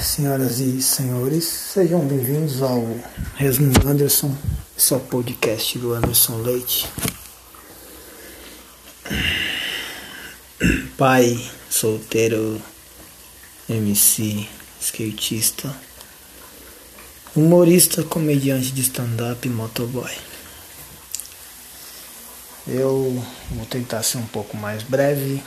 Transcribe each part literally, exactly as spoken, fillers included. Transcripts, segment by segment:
Senhoras e senhores, sejam bem-vindos ao Resumo Anderson, esse é o podcast do Anderson Leite. Pai, solteiro, M C, skatista, humorista, comediante de stand-up e motoboy. Eu vou tentar ser um pouco mais breve.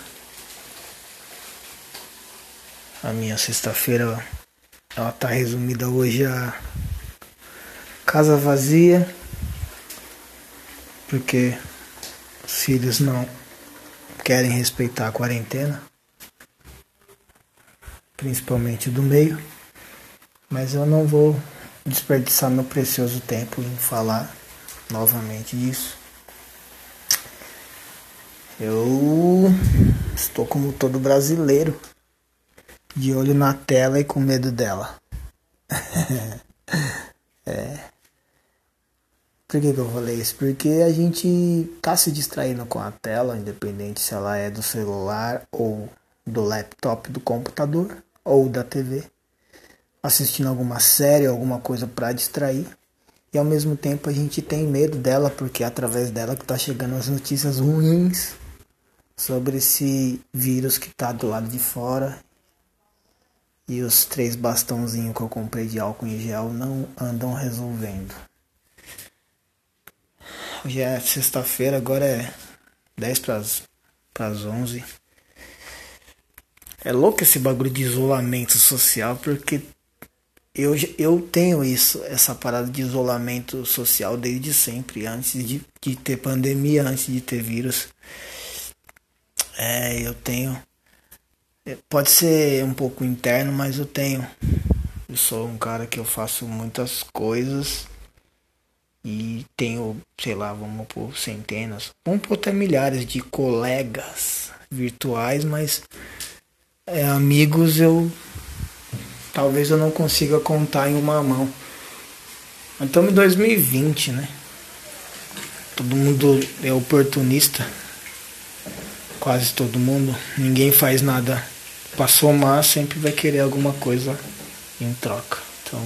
A minha sexta-feira, ela tá resumida hoje a casa vazia, porque os filhos não querem respeitar a quarentena, principalmente do meio, mas eu não vou desperdiçar meu precioso tempo em falar novamente disso. Eu estou como todo brasileiro, de olho na tela e com medo dela. é. Por que que eu falei isso? Porque a gente tá se distraindo com a tela, independente se ela é do celular ou do laptop, do computador ou da T V, assistindo alguma série, alguma coisa pra distrair. E ao mesmo tempo a gente tem medo dela, porque é através dela que tá chegando as notícias ruins sobre esse vírus que tá do lado de fora. E os três bastãozinhos que eu comprei de álcool em gel não andam resolvendo. Hoje é sexta-feira, agora é dez para as onze. É louco esse bagulho de isolamento social, porque eu, eu tenho isso, essa parada de isolamento social desde sempre, antes de, de ter pandemia, antes de ter vírus. É, eu tenho... Pode ser um pouco interno, mas eu tenho. Eu sou um cara que eu faço muitas coisas e tenho, sei lá, vamos por centenas, vamos por até milhares de colegas virtuais, mas é, amigos eu talvez eu não consiga contar em uma mão. Então em dois mil e vinte, né? Todo mundo é oportunista. Quase todo mundo. Ninguém faz nada pra somar, sempre vai querer alguma coisa em troca. Então,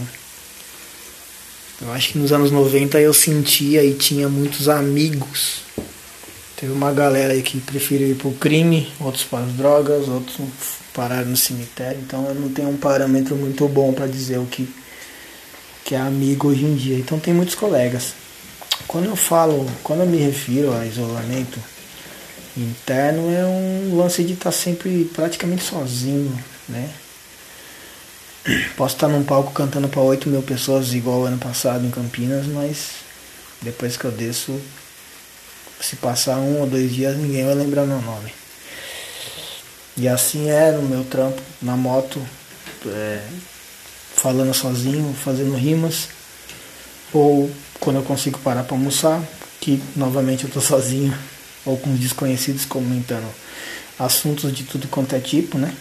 eu acho que nos anos noventa eu sentia e tinha muitos amigos. Teve uma galera aí que preferiu ir pro crime, outros para as drogas, outros pararam no cemitério. Então eu não tenho um parâmetro muito bom pra dizer o que, que é amigo hoje em dia. Então tem muitos colegas. Quando eu falo, quando eu me refiro a isolamento interno, é um lance de estar sempre praticamente sozinho, né? Posso estar num palco cantando para oito mil pessoas igual ano passado em Campinas, mas depois que eu desço, se passar um ou dois dias, ninguém vai lembrar meu nome. E assim é no meu trampo, na moto, é, falando sozinho, fazendo rimas, ou quando eu consigo parar para almoçar, que novamente eu tô sozinho, ou com os desconhecidos comentando assuntos de tudo quanto é tipo, né?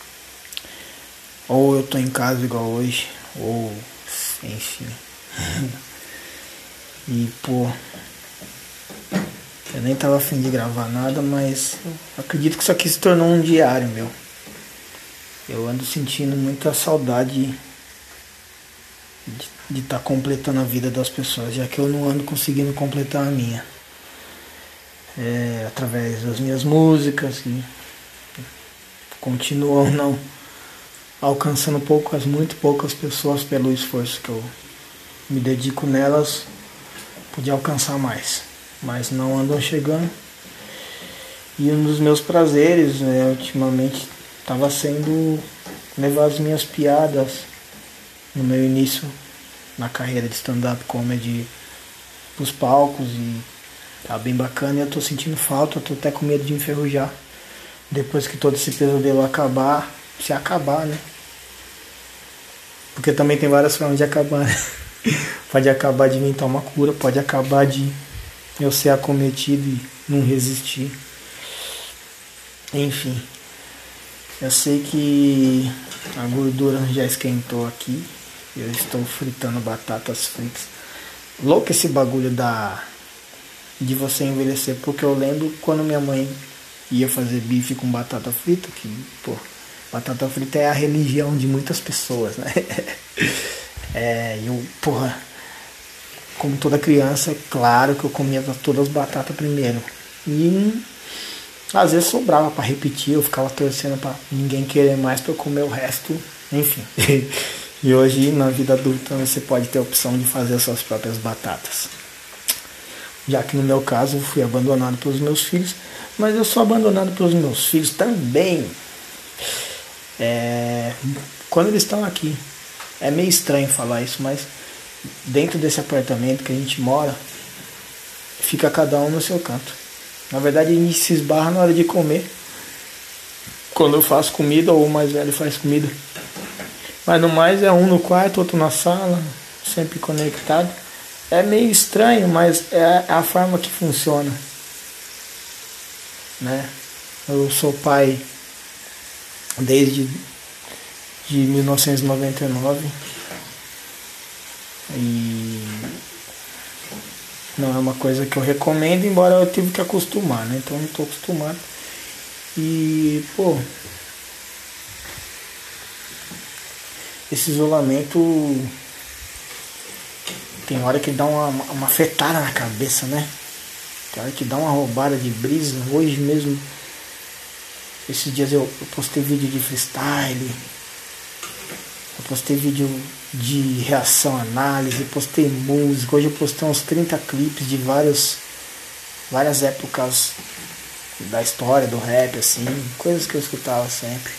Ou eu tô em casa igual hoje, ou enfim. E pô, eu nem tava afim de gravar nada, mas eu acredito que isso aqui se tornou um diário meu. Eu ando sentindo muita saudade de estar tá completando a vida das pessoas, já que eu não ando conseguindo completar a minha. É, através das minhas músicas, que continuam não alcançando poucas, muito poucas pessoas pelo esforço que eu me dedico nelas. Podia alcançar mais, mas não andam chegando. E um dos meus prazeres, né, ultimamente estava sendo levar as minhas piadas no meu início na carreira de stand-up comedy pros palcos, e tá bem bacana, e eu tô sentindo falta, eu tô até com medo de enferrujar depois que todo esse pesadelo acabar, se acabar, né? Porque também tem várias formas de acabar, né? Pode acabar de mim tomar cura, pode acabar de eu ser acometido e não resistir. Enfim, eu sei que a gordura já esquentou aqui, eu estou fritando batatas fritas. Louco esse bagulho da... de você envelhecer, porque eu lembro quando minha mãe ia fazer bife com batata frita, que, pô, Batata frita é a religião de muitas pessoas, né? É, eu, porra, como toda criança, é claro que eu comia todas as batatas primeiro. E às vezes sobrava pra repetir, eu ficava torcendo pra ninguém querer mais pra eu comer o resto, enfim. E hoje, na vida adulta, você pode ter a opção de fazer as suas próprias batatas. Já que no meu caso eu fui abandonado pelos meus filhos, mas eu sou abandonado pelos meus filhos também. É, quando eles estão aqui. É meio estranho falar isso, mas dentro desse apartamento que a gente mora, fica cada um no seu canto. Na verdade, a gente se esbarra na hora de comer. Quando eu faço comida, ou o mais velho faz comida. Mas no mais é um no quarto, outro na sala, sempre conectado. É meio estranho, mas é a forma que funciona, né? Eu sou pai desde de mil novecentos e noventa e nove e não é uma coisa que eu recomendo, embora eu tive que acostumar, né? Então eu estou acostumado. E, pô, esse isolamento tem hora que dá uma, uma afetada na cabeça, né? Tem hora que dá uma roubada de brisa. Hoje mesmo, esses dias eu, eu postei vídeo de freestyle, eu postei vídeo de reação, análise, postei música. Hoje eu postei uns trinta clipes de vários, várias épocas da história do rap, assim, coisas que eu escutava sempre.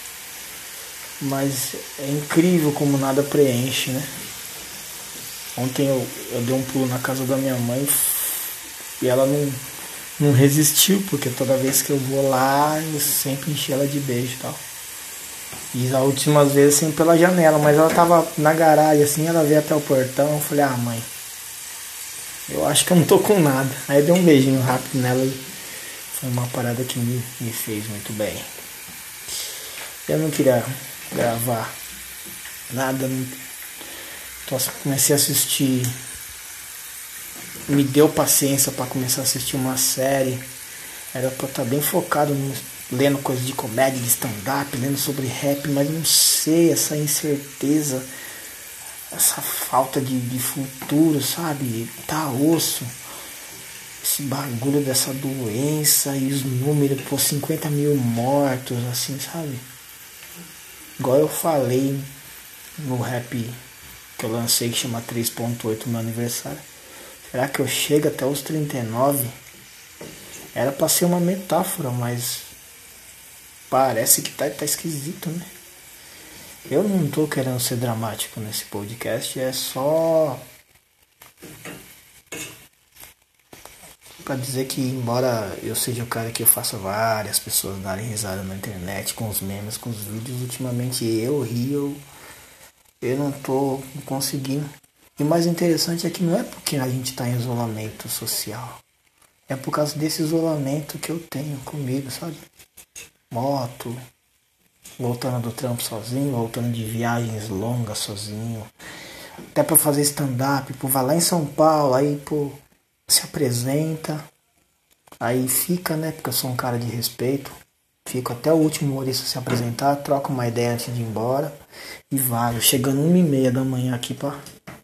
Mas é incrível como nada preenche, né? Ontem eu, eu dei um pulo na casa da minha mãe e ela não, não resistiu, porque toda vez que eu vou lá eu sempre enchi ela de beijo e tal. E as últimas vezes assim pela janela, mas ela tava na garagem assim, ela veio até o portão, eu falei, ah mãe, eu acho que eu não tô com nada. Aí eu dei um beijinho rápido nela e foi uma parada que me, me fez muito bem. Eu não queria gravar nada, não, então, comecei a assistir, me deu paciência para começar a assistir uma série. Era pra estar bem focado no, lendo coisas de comédia, de stand-up, lendo sobre rap, mas não sei, essa incerteza, essa falta de, de futuro, sabe? Tá osso. Esse bagulho dessa doença e os números, pô, cinquenta mil mortos, assim, sabe? Igual eu falei no rap que eu lancei, que chama três ponto oito no meu aniversário. Será que eu chego até os trinta e nove? Era pra ser uma metáfora, mas parece que tá, tá esquisito, né? Eu não tô querendo ser dramático nesse podcast, é só pra dizer que, embora eu seja o cara que eu faça várias pessoas darem risada na internet com os memes, com os vídeos, ultimamente eu rio, eu não tô conseguindo. E o mais interessante é que não é porque a gente tá em isolamento social, é por causa desse isolamento que eu tenho comigo, sabe? Moto, voltando do trampo sozinho, voltando de viagens longas sozinho, até pra fazer stand-up, pô, vai lá em São Paulo, aí, pô, se apresenta, aí fica, né, porque eu sou um cara de respeito, fico até o último humorista se apresentar, troco uma ideia antes de ir embora e vai, chegando uma e meia da manhã aqui pra,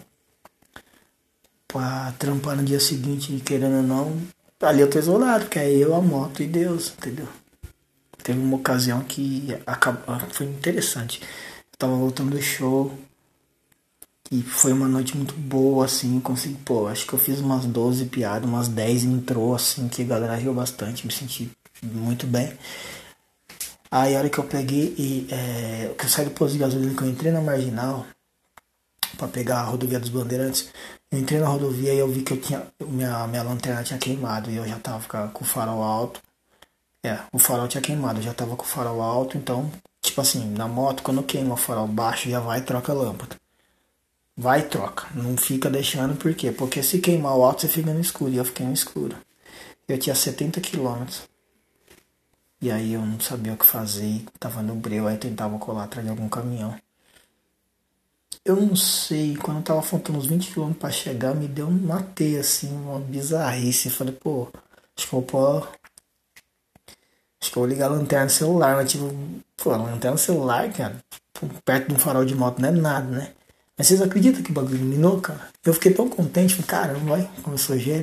pra trampar no dia seguinte, e querendo ou não, ali eu tô isolado, porque é eu, a moto e Deus, entendeu? Teve uma ocasião que acabou, foi interessante. Eu tava voltando do show e foi uma noite muito boa, assim, consegui, pô, acho que eu fiz umas doze piadas, umas dez entrou, assim, que a galera riu bastante, me senti muito bem. Aí a hora que eu peguei e é, que eu saí do posto de gasolina, que eu entrei na Marginal pra pegar a rodovia dos Bandeirantes, eu entrei na rodovia e eu vi que eu tinha, minha, minha lanterna tinha queimado e eu já tava com o farol alto. É, o farol tinha queimado, eu já tava com o farol alto, então, tipo assim, na moto, quando queima o farol baixo, já vai e troca a lâmpada. Vai e troca, não fica deixando, por quê? Porque se queimar o alto, você fica no escuro, e eu fiquei no escuro. Eu tinha setenta quilômetros, e aí eu não sabia o que fazer, tava no breu, aí eu tentava colar atrás de algum caminhão. Eu não sei, quando tava faltando uns vinte quilômetros pra chegar, me deu uma teia, assim, uma bizarrice, eu falei, pô, acho que eu vou pôr... Acho que eu vou ligar a lanterna no celular, mas tipo, Pô, a lanterna celular, cara, perto de um farol de moto não é nada, né? Mas vocês acreditam que o bagulho iluminou, cara? Eu fiquei tão contente, falei, caramba, vai, como eu sou gênio.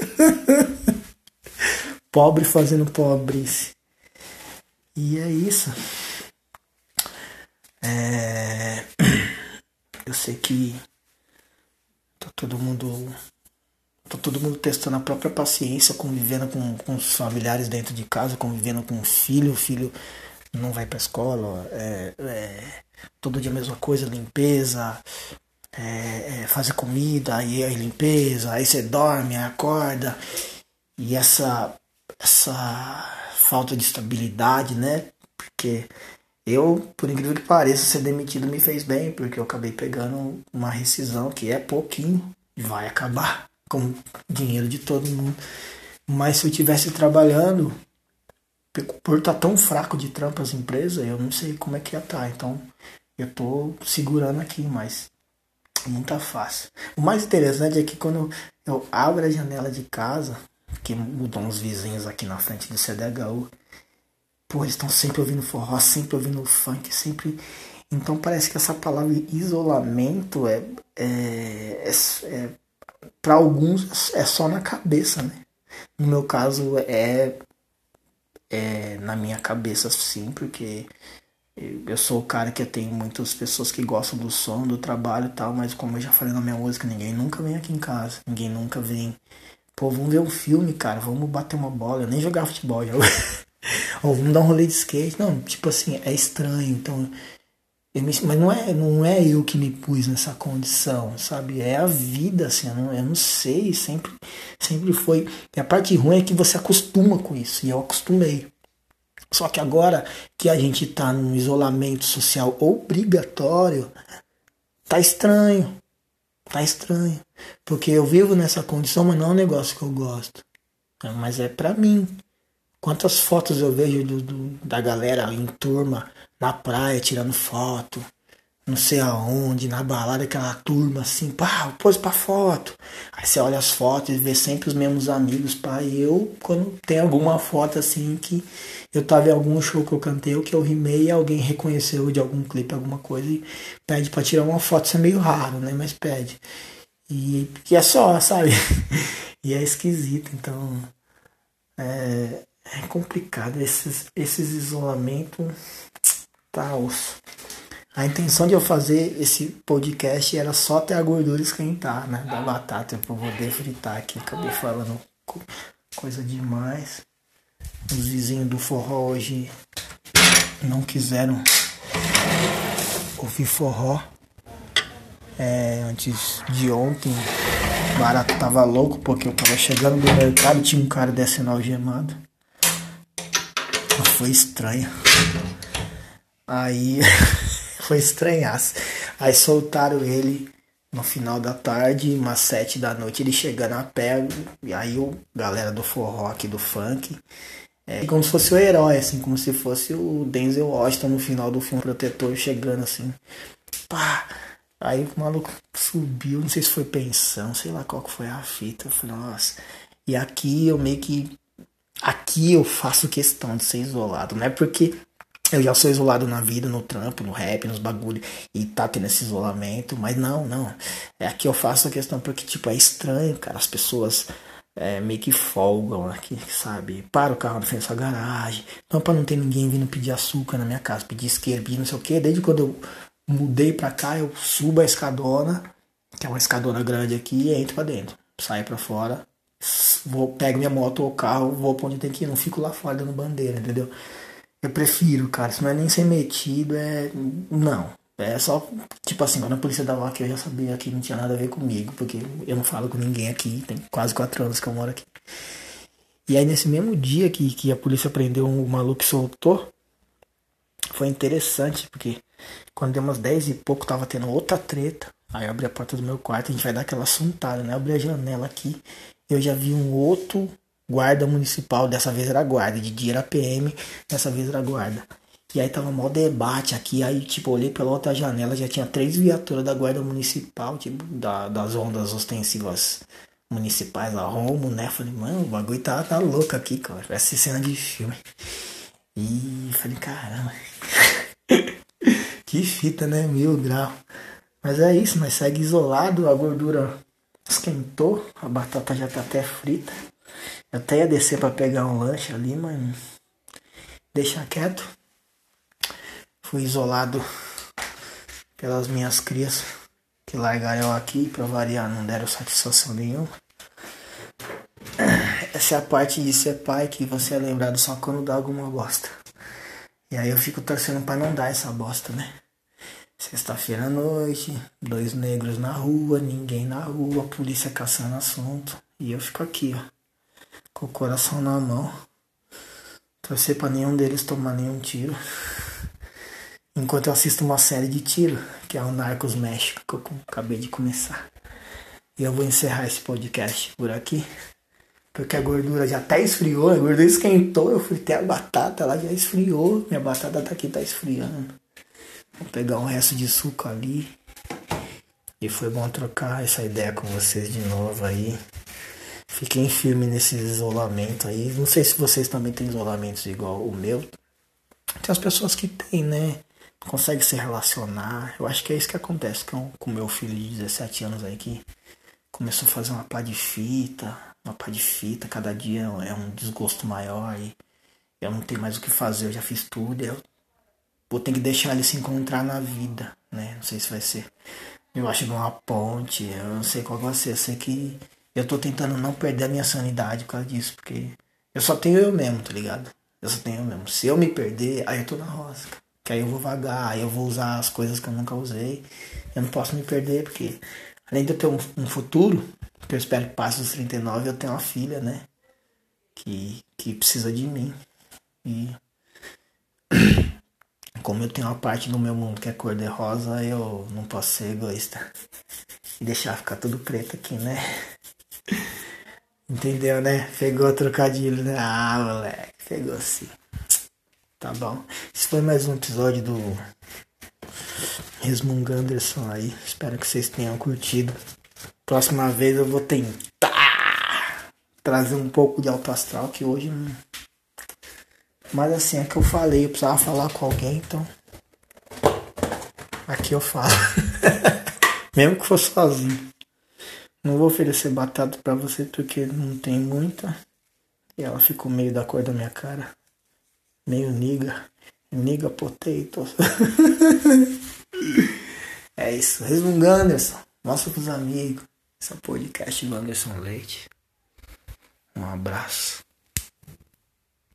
Pobre fazendo pobrice. E é isso. É... Eu sei que tá todo mundo. Tá todo mundo testando a própria paciência, convivendo com, com os familiares dentro de casa, convivendo com o filho, o filho não vai pra escola, é, é, todo dia a mesma coisa, limpeza, é, é, fazer comida, aí, aí limpeza, aí você dorme, aí acorda. E essa, essa falta de estabilidade, né? Porque eu, por incrível que pareça, ser demitido me fez bem, porque eu acabei pegando uma rescisão que é pouquinho, vai acabar com dinheiro de todo mundo. Mas se eu tivesse trabalhando, por estar tão fraco de trampo as empresas, eu não sei como é que ia estar. Então eu tô segurando aqui, mas não tá fácil. O mais interessante é que quando eu abro a janela de casa, que mudam uns vizinhos aqui na frente do C D H U, pô, eles estão sempre ouvindo forró, sempre ouvindo funk, sempre. Então parece que essa palavra isolamento é, é, é, é para alguns é só na cabeça, né? No meu caso é, é na minha cabeça sim, porque eu sou o cara que eu tenho muitas pessoas que gostam do som, do trabalho e tal, mas como eu já falei na minha música, ninguém nunca vem aqui em casa, ninguém nunca vem. Pô, vamos ver um filme, cara, vamos bater uma bola, eu nem jogar futebol, já. Ou vamos dar um rolê de skate. Não, tipo assim, é estranho, então eu me, mas não é, não é eu que me pus nessa condição, sabe? É a vida, assim, eu não, eu não sei, sempre, sempre foi. E a parte ruim é que você acostuma com isso, e eu acostumei. Só que agora que a gente tá num isolamento social obrigatório, tá estranho, tá estranho. Porque eu vivo nessa condição, mas não é um negócio que eu gosto. Mas é pra mim. Quantas fotos eu vejo do, do, da galera em turma, na praia, tirando foto, não sei aonde, na balada, aquela turma assim, pá, pôs pra foto. Aí você olha as fotos e vê sempre os mesmos amigos, pá. E eu, quando tem alguma foto assim que eu tava em algum show que eu cantei, ou que eu rimei, e alguém reconheceu de algum clipe, alguma coisa, e pede pra tirar uma foto, isso é meio raro, né? Mas pede. E, e é só, sabe? E é esquisito, então. É, é complicado. Esses, esses isolamentos. Tá osso. A intenção de eu fazer esse podcast era só ter a gordura esquentar, né? Da batata pra eu poder fritar aqui. Acabei falando coisa demais. Os vizinhos do forró hoje não quiseram ouvir forró. É, antes de ontem, o barato tava louco porque eu tava chegando do mercado e tinha um cara descendo algemado. Foi estranho. Aí foi estranhaço. Aí soltaram ele no final da tarde, umas sete da noite, ele chegando a pé. E aí o galera do forró aqui do funk. É como se fosse o herói, assim, como se fosse o Denzel Washington no final do filme Protetor chegando assim. Pá! Aí o maluco subiu, não sei se foi pensão, sei lá qual que foi a fita. Eu falei, nossa. E aqui eu meio que. Aqui eu faço questão de ser isolado, não é porque eu já sou isolado na vida, no trampo, no rap, nos bagulho, e tá tendo esse isolamento, mas não, não. É aqui eu faço a questão porque, tipo, é estranho, cara. As pessoas é, meio que folgam aqui, sabe? Para o carro na frente da sua garagem. Não, pra não ter ninguém vindo pedir açúcar na minha casa, pedir isqueiro, pedir não sei o que. Desde quando eu mudei pra cá, eu subo a escadona, que é uma escadona grande aqui, e entro pra dentro. Saio pra fora, vou, pego minha moto ou carro, vou pra onde tem que ir. Não fico lá fora dando bandeira, entendeu? Eu prefiro, cara, isso não é nem ser metido, é. Não. É só, tipo assim, quando a polícia dava aqui, eu já sabia que não tinha nada a ver comigo, porque eu não falo com ninguém aqui, tem quase quatro anos que eu moro aqui. E aí, nesse mesmo dia que, que a polícia prendeu o maluco e soltou, foi interessante, porque quando deu umas dez e pouco, tava tendo outra treta. Aí eu abri a porta do meu quarto, a gente vai dar aquela assuntada, né? Eu abri a janela aqui, eu já vi um outro guarda municipal, dessa vez era guarda, de dia era P M, dessa vez era guarda. E aí tava mó debate aqui, aí tipo, olhei pela outra janela, já tinha três viaturas da guarda municipal, tipo, da, das ondas ostensivas municipais, a Romo, né? Falei, mano, o bagulho tá, tá louco aqui, cara, parece cena de filme. E falei, caramba. Que fita, né? Mil grau. Mas é isso, mas segue isolado, a gordura esquentou, a batata já tá até frita. Eu até ia descer pra pegar um lanche ali, mas deixa quieto. Fui isolado pelas minhas crias que largaram eu aqui, pra variar, não deram satisfação nenhuma. Essa é a parte de ser pai que você é lembrado só quando dá alguma bosta. E aí eu fico torcendo pra não dar essa bosta, né? Sexta-feira à noite, dois negros na rua, ninguém na rua, a polícia caçando assunto. E eu fico aqui, ó, com o coração na mão. Torcer pra nenhum deles tomar nenhum tiro. Enquanto eu assisto uma série de tiro, que é o Narcos México, que eu acabei de começar. E eu vou encerrar esse podcast por aqui. Porque a gordura já até esfriou, a gordura esquentou, eu fritei a batata, ela já esfriou. Minha batata tá aqui, tá esfriando. Vou pegar um resto de suco ali. E foi bom trocar essa ideia com vocês de novo aí. Fiquem firmes nesse isolamento aí. Não sei se vocês também têm isolamentos igual o meu. Tem as pessoas que têm, né? Não conseguem se relacionar. Eu acho que é isso que acontece com o meu filho de dezessete anos aí que começou a fazer uma pá de fita. Uma pá de fita. Cada dia é um desgosto maior. E eu não tenho mais o que fazer. Eu já fiz tudo. Eu vou ter que deixar ele se encontrar na vida, né? Não sei se vai ser, eu acho, uma ponte, eu não sei qual vai ser. Eu sei que eu tô tentando não perder a minha sanidade por causa disso, porque eu só tenho eu mesmo, tá ligado? Eu só tenho eu mesmo. Se eu me perder, aí eu tô na rosca. Que aí eu vou vagar, aí eu vou usar as coisas que eu nunca usei. Eu não posso me perder, porque além de eu ter um, um futuro, que eu espero que passe dos trinta e nove, eu tenho uma filha, né? Que, que precisa de mim. E como eu tenho uma parte do meu mundo que é cor de rosa, eu não posso ser egoísta e deixar ficar tudo preto aqui, né? Entendeu, né? Pegou o trocadilho, né? Ah, moleque, pegou sim. Tá bom. Esse foi mais um episódio do Resmunganderson aí. Espero que vocês tenham curtido. Próxima vez eu vou tentar trazer um pouco de alto astral, que hoje não... Mas assim, é que eu falei, eu precisava falar com alguém, então aqui eu falo. Mesmo que for sozinho. Não vou oferecer batata pra você porque não tem muita. E ela ficou meio da cor da minha cara. Meio niga. Niga potato. É isso. Resmunga Anderson. Mostra pros amigos. Esse é o podcast do Anderson Leite. Um abraço.